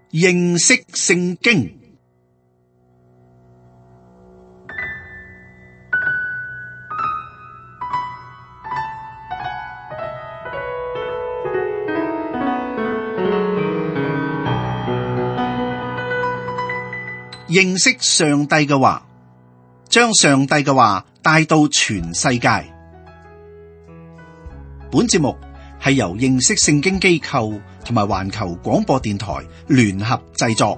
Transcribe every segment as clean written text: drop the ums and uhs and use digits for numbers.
認識聖經。認識上帝嘅話，將上帝嘅話帶到全世界。本節目係由認識聖經機構同埋環球廣播電台聯合製作。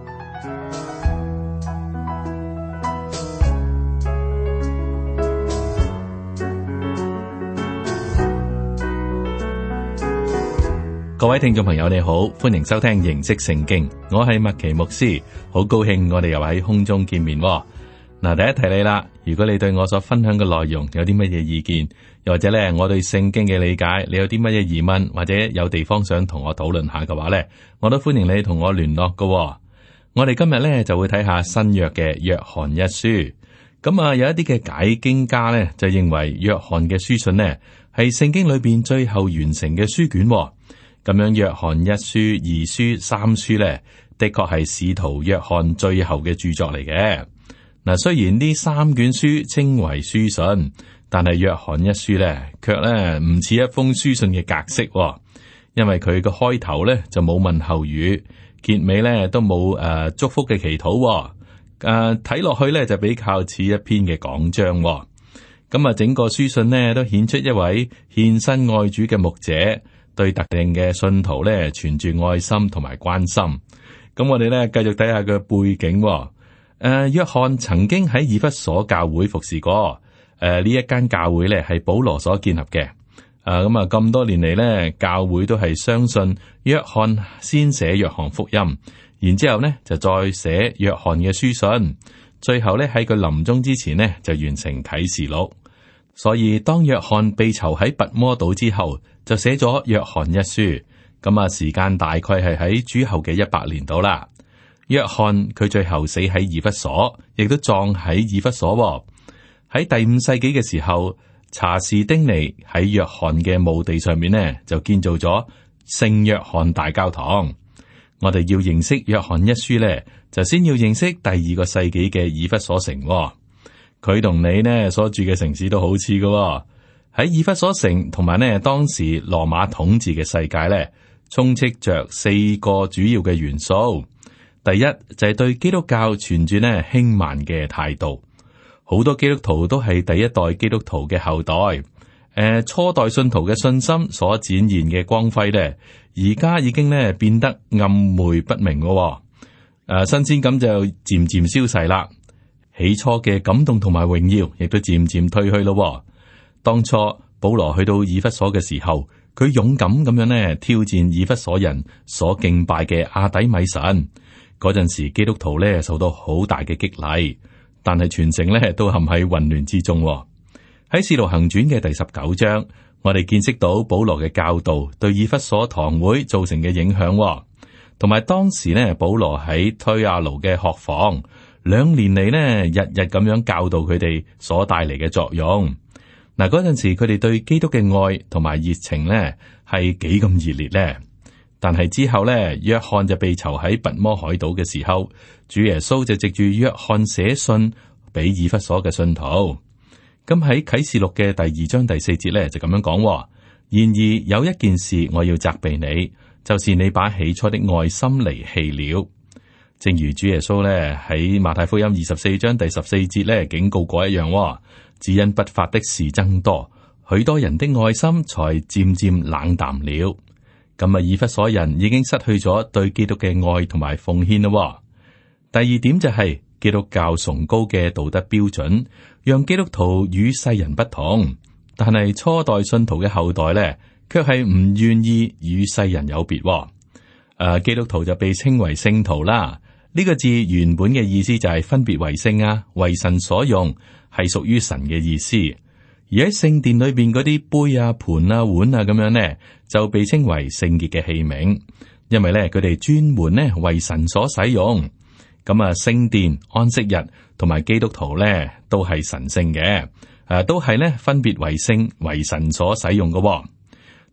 各位聽眾朋友你好，歡迎收聽認識聖經，我係麥奇牧師，好高興我哋又喺空中見面。嗱，第一提你啦，如果你對我所分享嘅內容有啲乜嘢意見，又或者咧我對聖經嘅理解，你有啲乜嘢疑問，或者有地方想同我討論下嘅話咧，我都歡迎你同我聯絡㗎。我哋今日咧就會睇下新約嘅約翰一書。咁啊，有一啲嘅解經家咧就認為約翰嘅書信呢係聖經裏邊最後完成嘅書卷。咁樣約翰一書、二書、三書咧，的確係使徒約翰最後嘅著作嚟嘅。嗱，雖然呢三卷書稱為書信，但係約翰一書咧，卻咧唔似一封書信嘅格式，因為佢個開頭咧就冇問候語，結尾咧都冇祝福嘅祈禱，睇落去咧就比較似一篇嘅講章。咁啊，整個書信呢都顯出一位獻身愛主嘅牧者，對特定嘅信徒咧存住愛心同埋關心。咁我哋咧繼續睇下佢背景。約翰曾經喺以弗所教會服侍過。呢一間教會咧係保羅所建立嘅。咁多年嚟咧，教會都係相信約翰先寫約翰福音，然之後呢就再寫約翰嘅書信，最後咧喺佢臨終之前呢就完成啟示錄。所以當約翰被囚喺拔摩島之後，就寫咗約翰一書。咁啊，時間大概係喺主後嘅100年度啦。約翰佢最後死喺以弗所，亦都葬喺以弗所。喺第5世紀嘅時候，查士丁尼喺約翰嘅墓地上面呢，就建造咗聖約翰大教堂。我哋要認識約翰一書呢，就先要認識第2個世紀嘅以弗所城。佢同你呢所住嘅城市都好似㗎。喺以弗所城同埋呢當時羅馬統治嘅世界呢，充斥着4個主要嘅元素。第一就係對基督教存住呢輕慢嘅態度，好多基督徒都係第一代基督徒嘅後代。初代信徒嘅信心所展現嘅光輝呢，而家已經呢變得暗昧不明咯。新鮮感就漸漸消逝啦。起初嘅感動同埋榮耀，亦都漸漸退去咯。當初保羅去到以弗所嘅時候，佢勇敢咁樣呢挑戰以弗所人所敬拜嘅亞底米神。嗰陣時基督徒呢受到好大嘅激勵，但係全城呢都陷喺混亂之中。喺使徒行傳嘅第19章，我哋見識到保羅嘅教導對以弗所堂會造成嘅影響，同埋當時呢保羅喺推亞奴嘅學房2年嚟呢日日咁樣教導佢哋所帶嚟嘅作用。嗱，嗰陣時佢哋對基督嘅愛同埋熱情呢係幾咁熱烈呢？但係之後呢，約翰就被囚喺拔摩海島嘅時候，主耶穌就藉住約翰寫信俾以弗所嘅信徒。咁喺啟示錄嘅第2章第4節呢，就咁樣講：然而有一件事我要責備你，就是你把起初的愛心離棄了。正如主耶穌呢喺馬太福音24章第14節呢警告過一樣，只因不法的事增多，許多人的愛心才漸漸冷淡了。咁啊，以弗所人已經失去咗對基督嘅愛同埋奉獻咯。第二點就係基督教崇高嘅道德標準，讓基督徒與世人不同。但係初代信徒嘅後代呢，卻係唔願意與世人有別。基督徒就被稱為聖徒啦。呢個字原本嘅意思就係分別為聖啊，為神所用，係屬於神嘅意思。而喺聖殿裏邊嗰啲杯啊、盤啊、碗啊咁樣呢，就被稱為聖潔嘅器皿，因為咧佢哋專門呢為神所使用。咁啊，聖殿、安息日同埋基督徒咧都係神聖嘅，都係咧分別為聖、為神所使用嘅。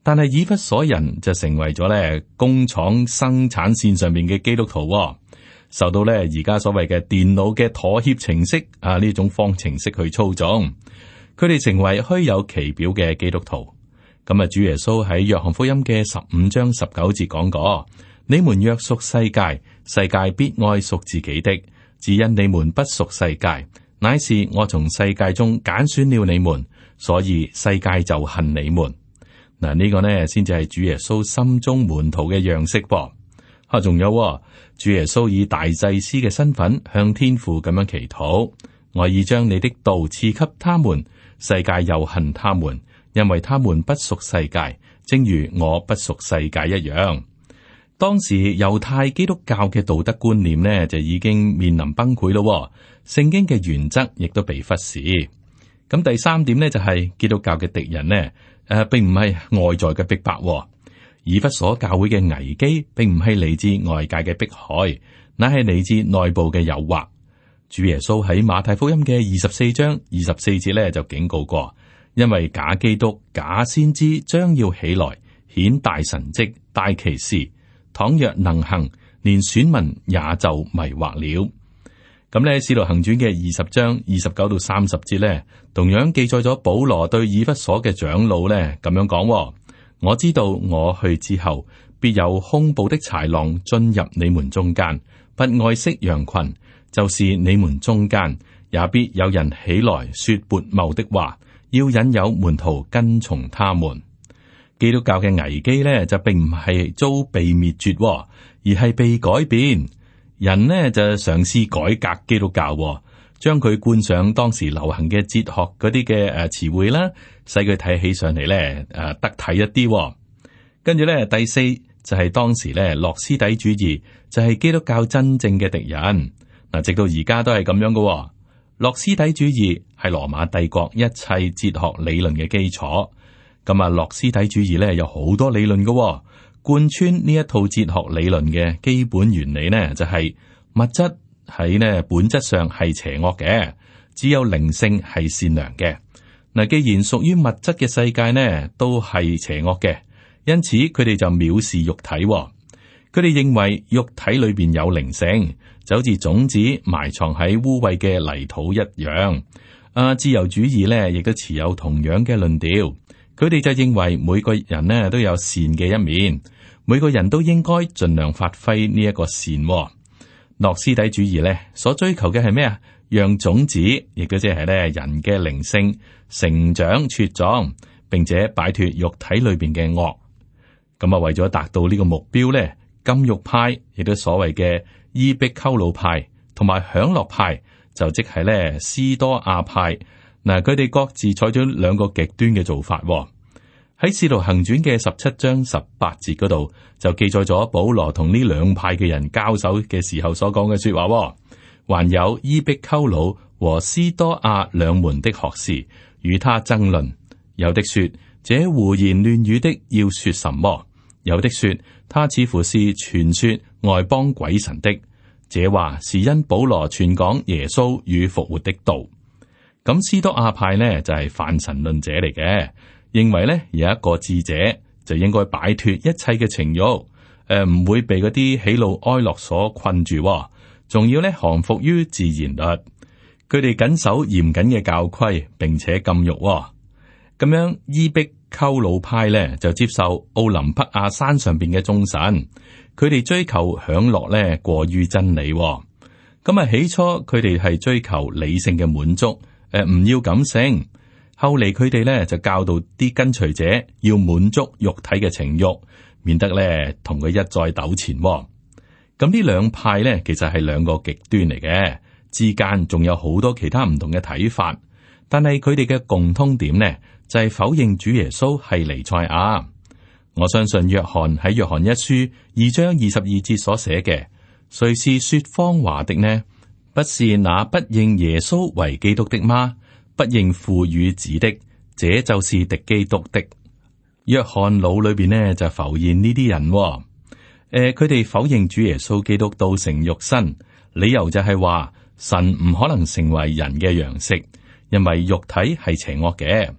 但係以弗所人就成為咗咧工廠生產線上面嘅基督徒，受到咧而家所謂嘅電腦嘅妥協程式呢種方程式去操縱，佢哋成為虛有其表嘅基督徒。咁主耶穌喺約翰福音嘅15章19節講過：你們若屬世界，世界必愛屬自己的；只因你們不屬世界，乃是我從世界中揀選了你們，所以世界就恨你們。嗱，呢個呢先至係主耶穌心中門徒嘅樣式噃。仲有主耶穌以大祭司嘅身份向天父咁樣祈禱：我已將你的道賜給他們，世界又恨他們，因為他們不屬世界，正如我不屬世界一樣。當時猶太基督教嘅道德觀念呢，就已經面臨崩潰咯。聖經嘅原則亦都被忽視。咁第三點呢，就係基督教嘅敵人呢，並唔係外在嘅逼迫。以弗所教會嘅危機，並唔係嚟自外界嘅迫害，乃係嚟自內部嘅誘惑。主耶穌喺馬太福音嘅24章24節呢，就警告過，因為假基督、假先知將要起來，顯大神蹟、大奇事。倘若能行，連選民也就迷惑了。咁咧，《使徒行傳》嘅20章29到30節咧，同樣記載咗保羅對以弗所嘅長老咧咁樣講：我知道我去之後，必有凶暴的豺狼進入你們中間，不愛惜羊群，就是你們中間也必有人起來說悖謬的話，要引誘門徒跟從他們。基督教嘅危機咧，就並唔係遭被滅絕，而係被改變。人呢就嘗試改革基督教，將佢冠上當時流行嘅哲學嗰啲嘅詞彙啦，使佢睇起上嚟咧得體一啲。跟住咧，第四就係當時咧諾斯底主義就係基督教真正嘅敵人。嗱，直到而家都係咁樣嘅。諾斯底主義係羅馬帝國一切哲學理論嘅基礎。咁啊，諾斯底主義咧有好多理論嘅，貫穿呢一套哲學理論嘅基本原理呢，就係物質喺呢本質上係邪惡嘅，只有靈性係善良嘅。嗱，既然屬於物質嘅世界呢都係邪惡嘅，因此佢哋就藐視肉體。佢哋認為肉體裏邊有靈性，就好似種子埋藏喺污穢嘅泥土一樣。自由主義呢亦都持有同樣嘅論調。佢哋就認為每個人呢都有善嘅一面，每個人都應該盡量發揮呢一個善。諾斯底主義呢所追求嘅係咩啊？讓種子，亦都即係咧人嘅靈性成長茁壯，並且擺脫肉體裏邊嘅惡。咁啊，為咗達到呢個目標咧，禁欲派亦都所謂嘅伊壁鳩魯派同埋享樂派，就即係咧斯多亞派。嗱，佢哋各自採取兩個極端嘅做法。喺《使徒行傳》嘅17章18節嗰度就記載咗保羅同呢兩派嘅人交手嘅時候所講嘅說話。還有伊壁鳩魯和斯多亞兩門的學士與他爭論，有的說這胡言亂語的要說什麼，有的說他似乎是傳說外邦鬼神的。這話是因保羅傳講耶穌與復活的道。咁斯多亞派呢就係泛神論者嚟嘅，認為呢有一個智者就應該擺脫一切嘅情欲，唔會被嗰啲喜怒哀樂所困住，仲要呢降服於自然律。佢哋謹守嚴謹嘅教規，並且禁欲。咁樣伊壁鳩魯派呢就接受奧林匹亞山上邊嘅眾神，佢哋追求享樂呢過於真理。咁啊，起初佢哋係追求理性嘅滿足。唔要感性，後嚟佢哋咧就教導啲跟隨者要滿足肉體嘅情欲，免得咧同佢一再糾纏。咁呢兩派咧其實係兩個極端嚟嘅，之間仲有好多其他唔同嘅睇法，但係佢哋嘅共通點呢就係否認主耶穌係彌賽亞。我相信約翰喺約翰一書2章22節所寫嘅，誰是說謊話的呢？不是那不認耶穌為基督的嗎？不認父與子的，這就是敵基督的。約翰腦裏邊呢就浮現呢啲人，佢哋否認主耶穌基督道成肉身，理由就係話神唔可能成為人嘅樣式，因為肉體係邪惡嘅。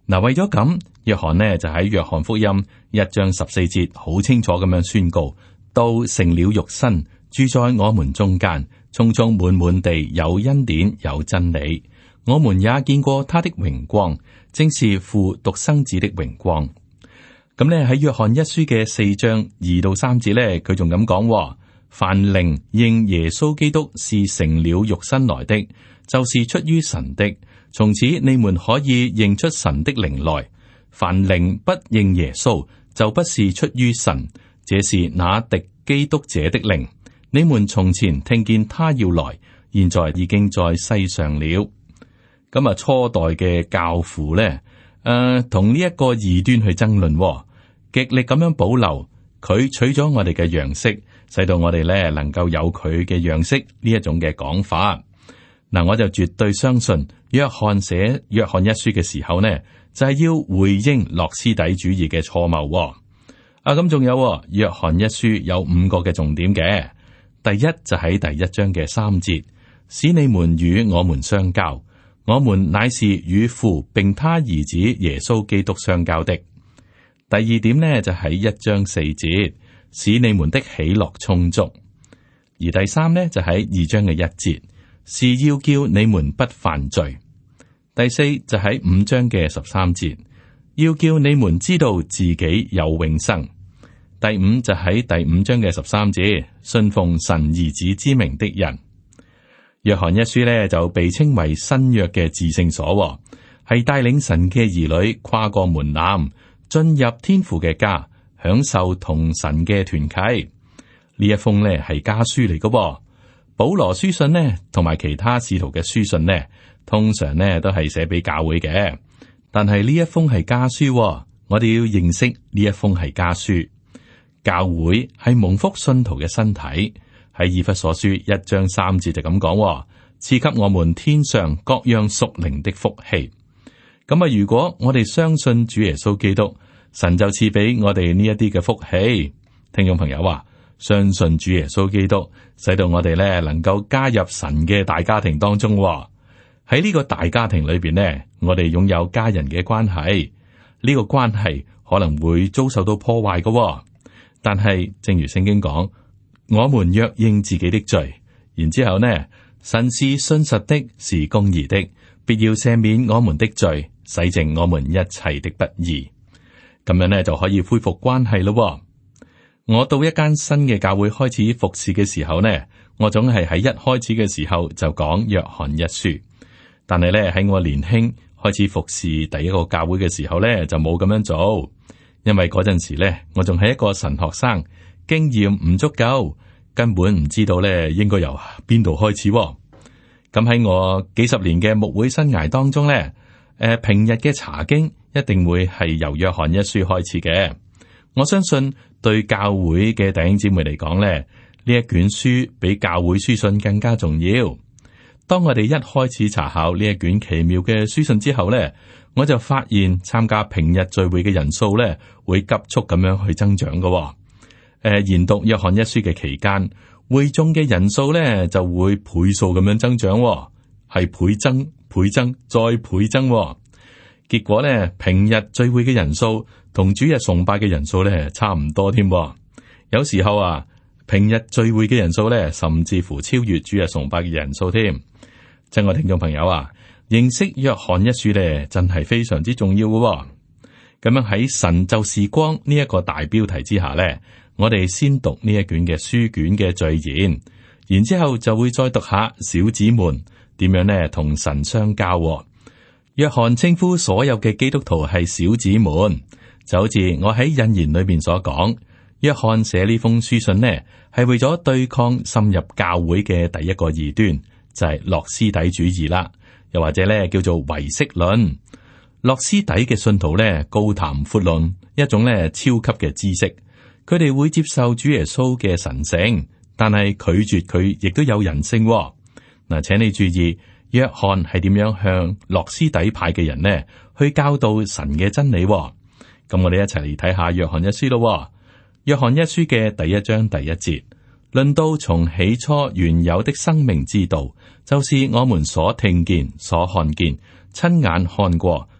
嗱，為咗咁，約翰呢就喺約翰福音1章14節好清楚咁樣宣告：道成了肉身，住在我們中間，充充滿滿地有恩典有真理。我們也見過他的榮光，正是父獨生子的榮光。咁呢喺約翰一書嘅4章2到3節呢，佢仲咁講：凡靈認耶穌基督是成了肉身來的，就是出於神的。從此你們可以認出神的靈來。凡靈不認耶穌，就不是出於神，這是那敵基督者的靈。你們從前聽見他要來，現在已經在世上了。咁啊，初代嘅教父咧，同呢一個異端去爭論，極力咁樣保留佢取咗我哋嘅樣式，使到我哋咧能夠有佢嘅樣式呢一種嘅講法。嗱，我就絕對相信約翰寫約翰一書嘅時候呢，就係要回應諾斯底主義嘅錯謬。咁仲有約翰一書有5個嘅重點嘅。第一就喺第1章嘅3節，使你們與我們相交，我們乃是與父並他兒子耶穌基督相交的。第二點呢就喺1章4節，使你們的喜樂充足。而第3呢就喺2章嘅1節，是要叫你們不犯罪。第4就喺5章嘅13節，要叫你們知道自己有永生。第5就喺第5章嘅13節，信奉神兒子之名的人。約翰一書呢就被稱為新約嘅至聖所，係帶領神嘅兒女跨過門檻，進入天父嘅家，享受同神嘅團契。呢一封呢係家書嚟嘅。保羅書信呢同埋其他使徒嘅書信呢，通常呢都係寫俾教會嘅，但係呢一封係家書，我哋要認識呢一封係家書。教會係蒙福信徒嘅身體，喺以弗所書1章3節就咁講，賜給我們天上各樣屬靈的福氣。咁啊，如果我哋相信主耶穌基督，神就賜俾我哋呢一啲嘅福氣。聽眾朋友話，相信主耶穌基督，使到我哋咧能夠加入神嘅大家庭當中。喺呢個大家庭裏邊呢，我哋擁有家人嘅關係，呢個關係可能會遭受到破壞嘅。但係正如聖經講，我們若認自己的罪，然之後呢，神是信實的，是公義的，必要赦免我們的罪，洗淨我們一切的不義。咁樣呢就可以恢復關係咯。我到一間新嘅教會開始服侍嘅時候呢，我總係喺一開始嘅時候就講約翰一書。但係呢，喺我年輕開始服侍第一個教會嘅時候呢，就冇咁樣做。因為嗰陣時咧，我仲係一個神學生，經驗唔足夠，根本唔知道咧應該由邊度開始。咁喺我幾十年嘅牧會生涯當中咧，平日嘅查經一定會係由約翰一書開始嘅。我相信對教會嘅弟兄姊妹嚟講咧，呢一卷書比教會書信更加重要。當我哋一開始查考呢一卷奇妙嘅書信之後咧，我就發現參加平日聚會嘅人數咧會急速咁樣去增長嘅。研讀約翰一書嘅期間，會眾嘅人數咧就會倍數咁樣增長，係倍增、倍增再倍增。結果咧，平日聚會嘅人數同主日崇拜嘅人數咧差唔多添。有時候啊，平日聚會嘅人數咧甚至乎超越主日崇拜嘅人數添。親愛聽眾朋友啊，認識約翰一書咧，真係非常之重要嘅。咁樣喺神就是光呢一個大標題之下咧，我哋先讀呢一卷嘅書卷嘅序言，然之後就會再讀下小子們點樣咧同神相交。約翰稱呼所有嘅基督徒係小子們，就好似我喺引言裏邊所講，約翰寫呢封書信呢，係為咗對抗深入教會嘅第一個異端，就係諾斯底主義啦，又或者咧叫做唯識論。諾斯底嘅信徒咧高談闊論一種咧超級嘅知識，佢哋會接受主耶穌嘅神性，但係拒絕佢亦都有人性。嗱，請你注意，約翰係點樣向諾斯底派嘅人呢去教導神嘅真理。咁我哋一齊嚟睇下約翰一書咯。約翰一書嘅第1章第1節，論到從起初原有的生命之道，就是我們所聽見、所看見、親眼看過、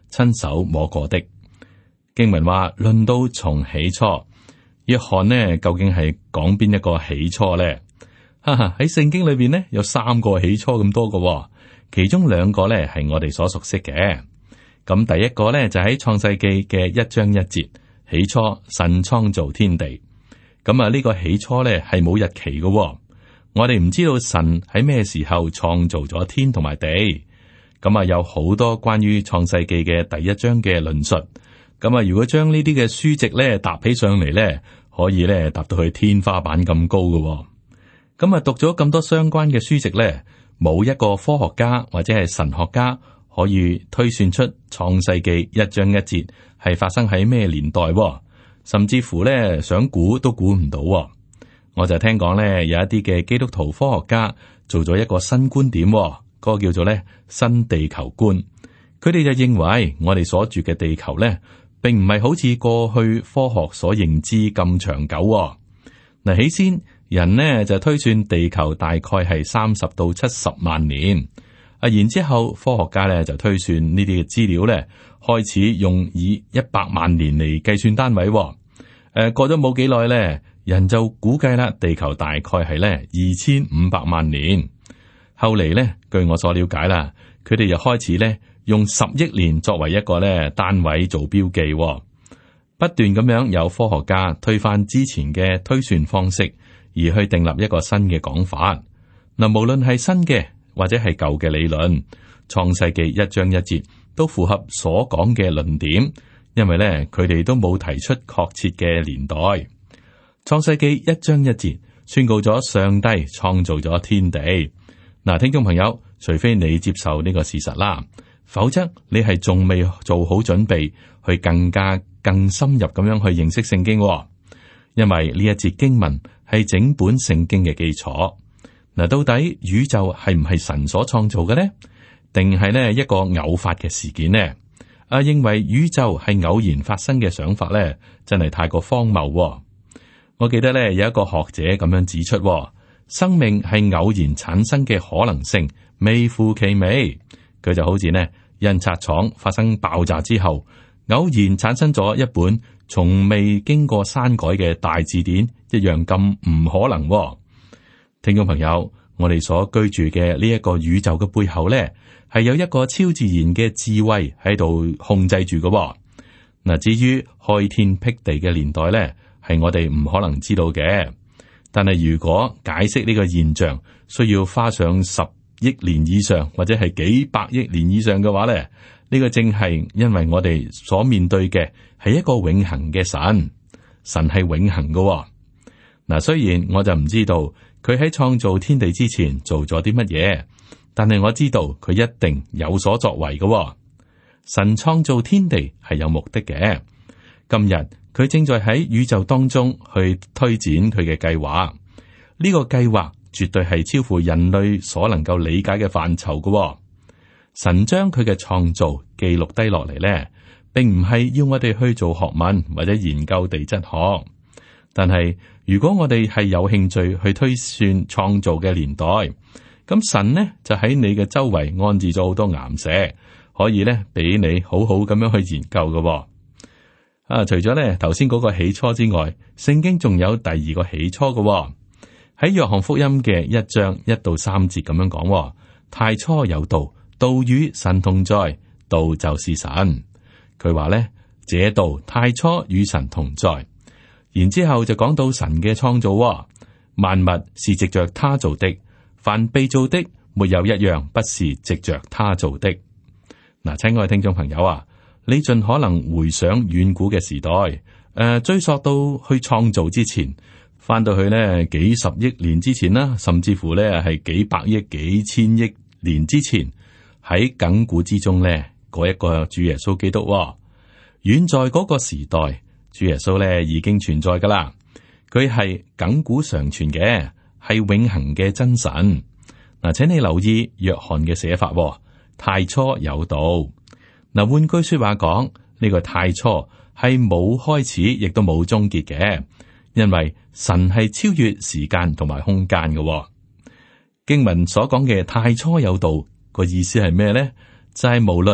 親手摸過的。經文話論到從起初，約翰呢究竟係講邊一個起初呢？喺聖經裏邊呢有3個起初咁多個，其中2個呢係我哋所熟悉嘅。咁第一個呢就喺創世記嘅1章1節，起初神創造天地。咁啊呢個起初呢係冇日期嘅，我哋唔知道神喺咩時候創造咗天同埋地。咁啊有好多關於創世記嘅第1章嘅論述。咁啊如果將呢啲嘅書籍呢搭起上嚟呢，可以呢搭到去天花板咁高嘅。咁啊讀咗咁多相關嘅書籍呢，冇一個科學家或者係神學家可以推算出創世記1章1節係發生喺咩年代，甚至乎呢想估都估唔到。我就聽講呢，有一啲嘅基督徒科學家做咗一個新觀點，嗰個叫做呢新地球觀。佢哋就認為我哋所住嘅地球呢，並唔係好似過去科學所認知咁長久。嗱，起先人呢就推算地球大概係30到70萬年，然之後科學家呢就推算呢啲嘅資料呢，開始用以100萬年嚟計算單位。過咗冇幾耐呢，人就估計啦，地球大概係呢2500萬年。後嚟呢，據我所了解啦，佢哋就開始呢用10億年作為一個呢單位做標記，不斷咁樣有科學家推翻之前嘅推算方式，而去訂立一個新嘅講法。嗱，無論係新嘅或者係舊嘅理論，創世記1章1節都符合所講嘅論點，因為咧佢哋都冇提出確切嘅年代。創世記1章1節宣告咗上帝創造咗天地。嗱，聽眾朋友，除非你接受呢個事實啦，否則你係仲未做好準備去更深入咁樣去認識聖經，因為呢一節經文係整本聖經嘅基礎。嗱，到底宇宙係唔係神所創造嘅呢？定係呢一個偶發嘅事件呢？認為宇宙係偶然發生嘅想法呢，真係太過荒謬。我記得呢有一個學者咁樣指出，生命係偶然產生嘅可能性微乎其微。佢就好似呢印刷廠發生爆炸之後，偶然產生咗一本從未經過刪改嘅大字典一樣咁唔可能。聽眾朋友，我哋所居住嘅呢一個宇宙嘅背後呢，係有一個超自然嘅智慧喺度控制住嘅。嗱，至於開天闢地嘅年代呢，係我哋唔可能知道嘅。但係如果解釋呢個現象需要花上10億年以上，或者係幾百億年以上嘅話呢，呢個正係因為我哋所面對嘅係一個永恆嘅神，神係永恆嘅。嗱，雖然我就唔知道佢喺創造天地之前做咗啲乜嘢，但係我知道佢一定有所作為嘅。神創造天地係有目的嘅。今日佢正在喺宇宙當中去推展佢嘅計劃，呢個計劃絕對係超乎人類所能夠理解嘅範疇嘅。神將佢嘅創造記錄低落嚟咧，並唔係要我哋去做學問或者研究地質學。但係如果我哋係有興趣去推算創造嘅年代，咁神呢就喺你嘅周圍安置咗好多岩石，可以咧俾你好好咁樣去研究嘅。除咗咧頭先嗰個起初之外，聖經仲有第二個起初嘅。喺約翰福音嘅1章1到3節咁樣講，太初有道，道與神同在，道就是神。佢話咧，這道太初與神同在。然之後就講到神嘅創造，萬物是藉着他造的，凡被造的沒有一樣不是藉着他造的。嗱，親愛聽眾朋友啊，你盡可能回想遠古嘅時代，追溯到去創造之前，翻到去呢幾十億年之前啦，甚至乎呢係幾百億、幾千億年之前，喺亙古之中呢，嗰一個主耶穌基督，遠在嗰個時代，主耶穌呢已經存在噶啦，佢係亙古常存嘅，係永恆嘅真神。嗱，請你留意約翰嘅寫法，太初有道。嗱，換句說話講，呢個太初係冇開始，亦都冇終結嘅，因為神係超越時間同埋空間嘅。經文所講嘅太初有道個意思係咩呢？就係無論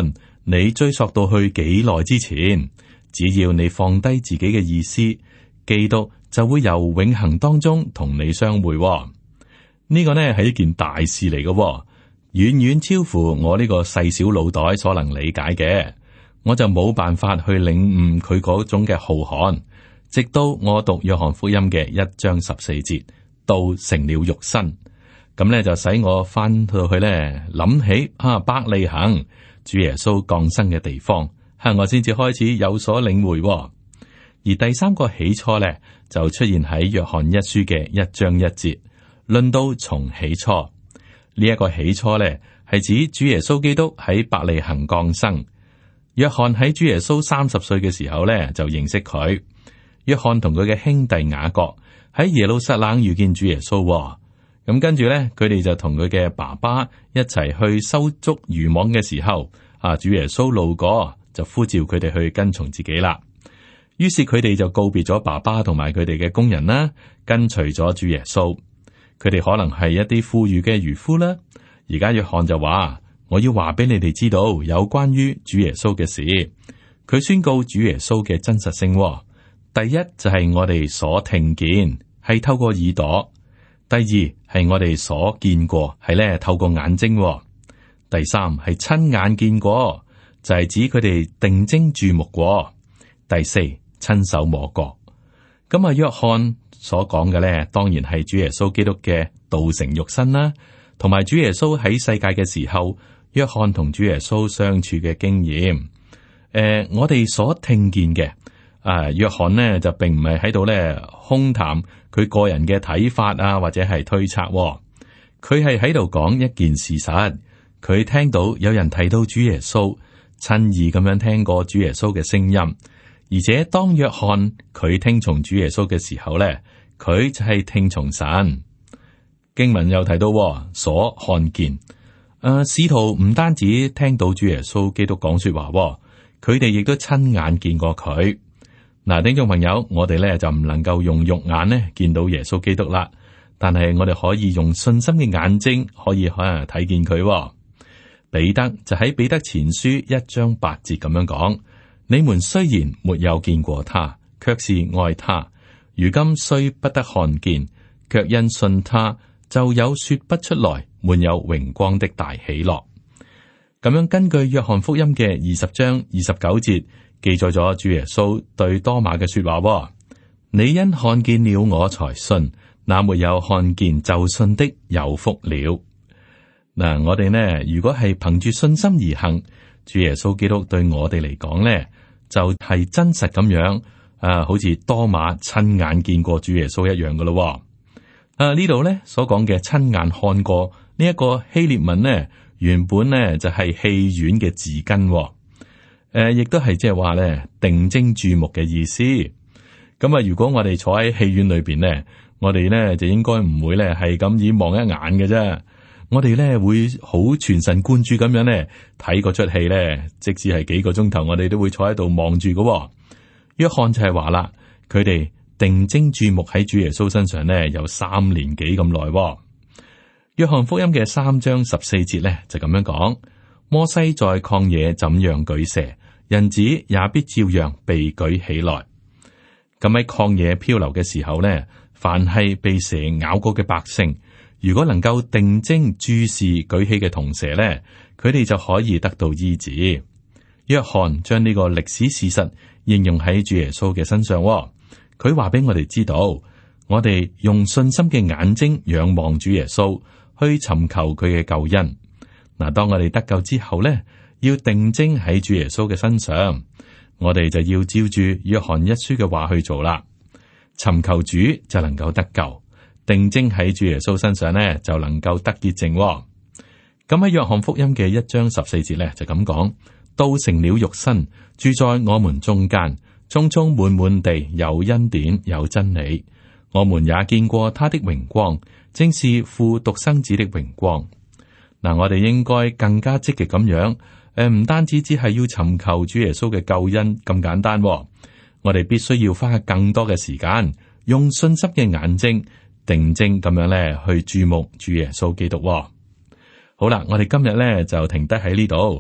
你追溯到去幾耐之前，只要你放低自己嘅意思，基督就會由永恆當中同你相會。呢個呢係一件大事嚟嘅，遠遠超乎我呢個細小腦袋所能理解嘅。我就冇辦法去領悟佢嗰種嘅浩瀚，直到我讀約翰福音嘅1章14節，道成了肉身，咁呢就使我翻到去呢諗起伯利恆主耶穌降生嘅地方，我先至開始有所領會。而第三個起初呢，就出現喺約翰一書嘅1章1節，論到從起初呢一個起初呢，係指主耶穌基督喺伯利恆降生。約翰喺主耶穌30歲嘅時候呢，就認識佢。約翰同佢嘅兄弟雅各喺耶路撒冷遇見主耶穌，咁跟住呢，佢哋就同佢嘅爸爸一齊去收捉漁網嘅時候，主耶穌路過就呼召佢哋去跟從自己啦。於是佢哋就告別咗爸爸同埋佢哋嘅工人啦，跟隨咗主耶穌。佢哋可能係一啲富裕嘅漁夫啦。而家約翰就話：我要話俾你哋知道有關於主耶穌嘅事。佢宣告主耶穌嘅真實性。第一就係我哋所聽見，係透過耳朵；第二係我哋所見過，係咧透過眼睛；第三係親眼見過，就係指佢哋定睛注目過；第四親手摸過。咁約翰所講嘅咧，當然係主耶穌基督嘅道成肉身啦，同埋主耶穌喺世界嘅時候，約翰同主耶穌相處嘅經驗。我哋所聽見嘅，約翰呢就並唔係喺度咧空談佢個人嘅睇法啊，或者係推測。佢係喺度講一件事實，佢聽到有人提到主耶穌，親耳咁樣聽過主耶穌嘅聲音，而且當約翰佢聽從主耶穌嘅時候咧，佢就係聽從神。經文又提到所看見。使徒唔單止聽到主耶穌基督講說話，佢哋亦都親眼見過佢。嗱，聽眾朋友，我哋咧就唔能夠用肉眼咧見到耶穌基督啦，但係我哋可以用信心嘅眼睛可以睇見佢。彼得就喺彼得前書1章8節咁樣講：你們雖然沒有見過他，卻是愛他；如今雖不得看見，卻因信他，就有說不出來滿有榮光的大喜樂。咁樣根據約翰福音嘅20章29節記載咗主耶穌對多馬嘅說話：你因看見了我才信，那沒有看見就信的有福了。嗱，我哋呢，如果係憑住信心而行，主耶穌基督對我哋嚟講呢，就係真實咁樣，好似多馬親眼見過主耶穌一樣噶咯。呢度呢所講嘅親眼看過呢一個希臘文呢，原本呢就係戲院嘅字根，亦都係即係話呢定睛注目嘅意思。咁如果我哋坐喺戲院裏邊呢，我哋呢就應該唔會呢係咁以望一眼嘅啫。我哋呢會好全神貫注咁樣呢睇嗰出戲呢，即使係幾個鐘頭，我哋都會坐喺度望住嘅。約翰就係話啦，佢哋定睛注目喺主耶穌身上呢，有3年幾咁耐。約翰福音嘅3章14節呢，就咁樣講：摩西在曠野怎樣舉蛇，人子也必照樣被舉起來。咁喺曠野漂流嘅時候呢，凡係被蛇咬過嘅百姓，如果能夠定睛注視舉起嘅銅蛇呢，佢哋就可以得到醫治。約翰將呢個歷史事實應用喺主耶穌嘅身上。佢話俾我哋知道，我哋用信心嘅眼睛仰望主耶穌，去尋求佢嘅救恩。嗱，當我哋得救之後呢，要定睛喺主耶穌嘅身上，我哋就要照住約翰一書嘅話去做啦。尋求主就能夠得救，定睛喺主耶穌身上呢，就能夠得潔淨。咁喺約翰福音嘅1章14節呢，就咁講：道成了肉身，住在我們中間，充充滿滿地有恩典有真理。我們也見過他的榮光，正是父獨生子的榮光。嗱，我哋應該更加積極咁樣，唔單止只係要尋求主耶穌嘅救恩咁簡單，我哋必須要花更多嘅時間，用信心嘅眼睛定睛咁樣咧去注目主耶穌基督。好啦，我哋今日咧就停低喺呢度，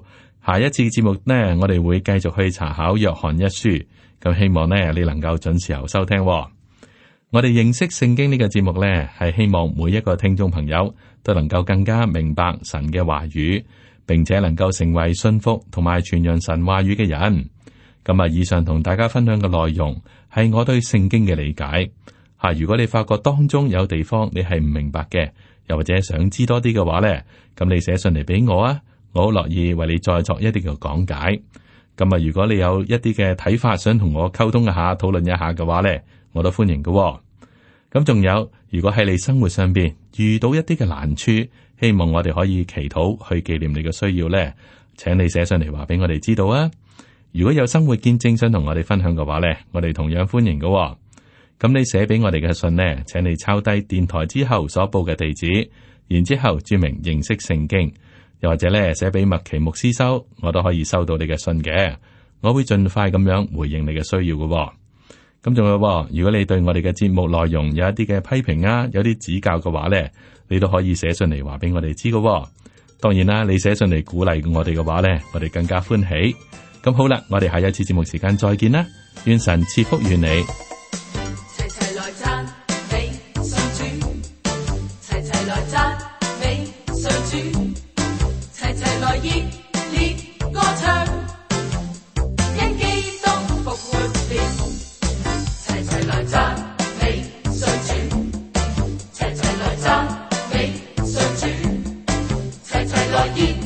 下一次節目呢，我哋會繼續去查考約翰一書，咁希望呢你能夠準時候收聽。我哋認識聖經呢個節目呢，係希望每一個聽眾朋友都能夠更加明白神嘅話語，並且能夠成為信服同埋傳揚神話語嘅人。咁啊，以上同大家分享嘅內容係我對聖經嘅理解。吓，如果你發覺當中有地方你係唔明白嘅，又或者想知多啲嘅話呢，咁你寫信嚟俾我啊，我好樂意為你再作一啲嘅講解。咁啊，如果你有一啲嘅睇法想同我溝通一下、討論一下嘅話呢，我都歡迎嘅。咁仲有，如果喺你生活上邊遇到一啲嘅難處，希望我哋可以祈禱去紀念你嘅需要呢，請你寫信嚟話俾我哋知道啊。如果有生活見證想同我哋分享嘅話呢，我哋同樣歡迎嘅。咁你寫俾我哋嘅信呢，請你抄低電台之後所報嘅地址，然之後注明認識聖經，又或者咧寫俾麥奇牧師收，我都可以收到你嘅信嘅。我會盡快咁樣回應你嘅需要嘅。咁仲有，如果你對我哋嘅節目內容有一啲嘅批評啊，有啲指教嘅話呢，你都可以寫信嚟話俾我哋知嘅。當然啦，你寫信嚟鼓勵我哋嘅話呢，我哋更加歡喜。咁好啦，我哋下一次節目時間再見啦，願神賜福與你。 齊齊來讚美信主，齊齊來讚美信主，齊齊來熱烈歌唱，因基督復活了。齊齊來讚美信主，齊齊來讚美信主，齊齊來熱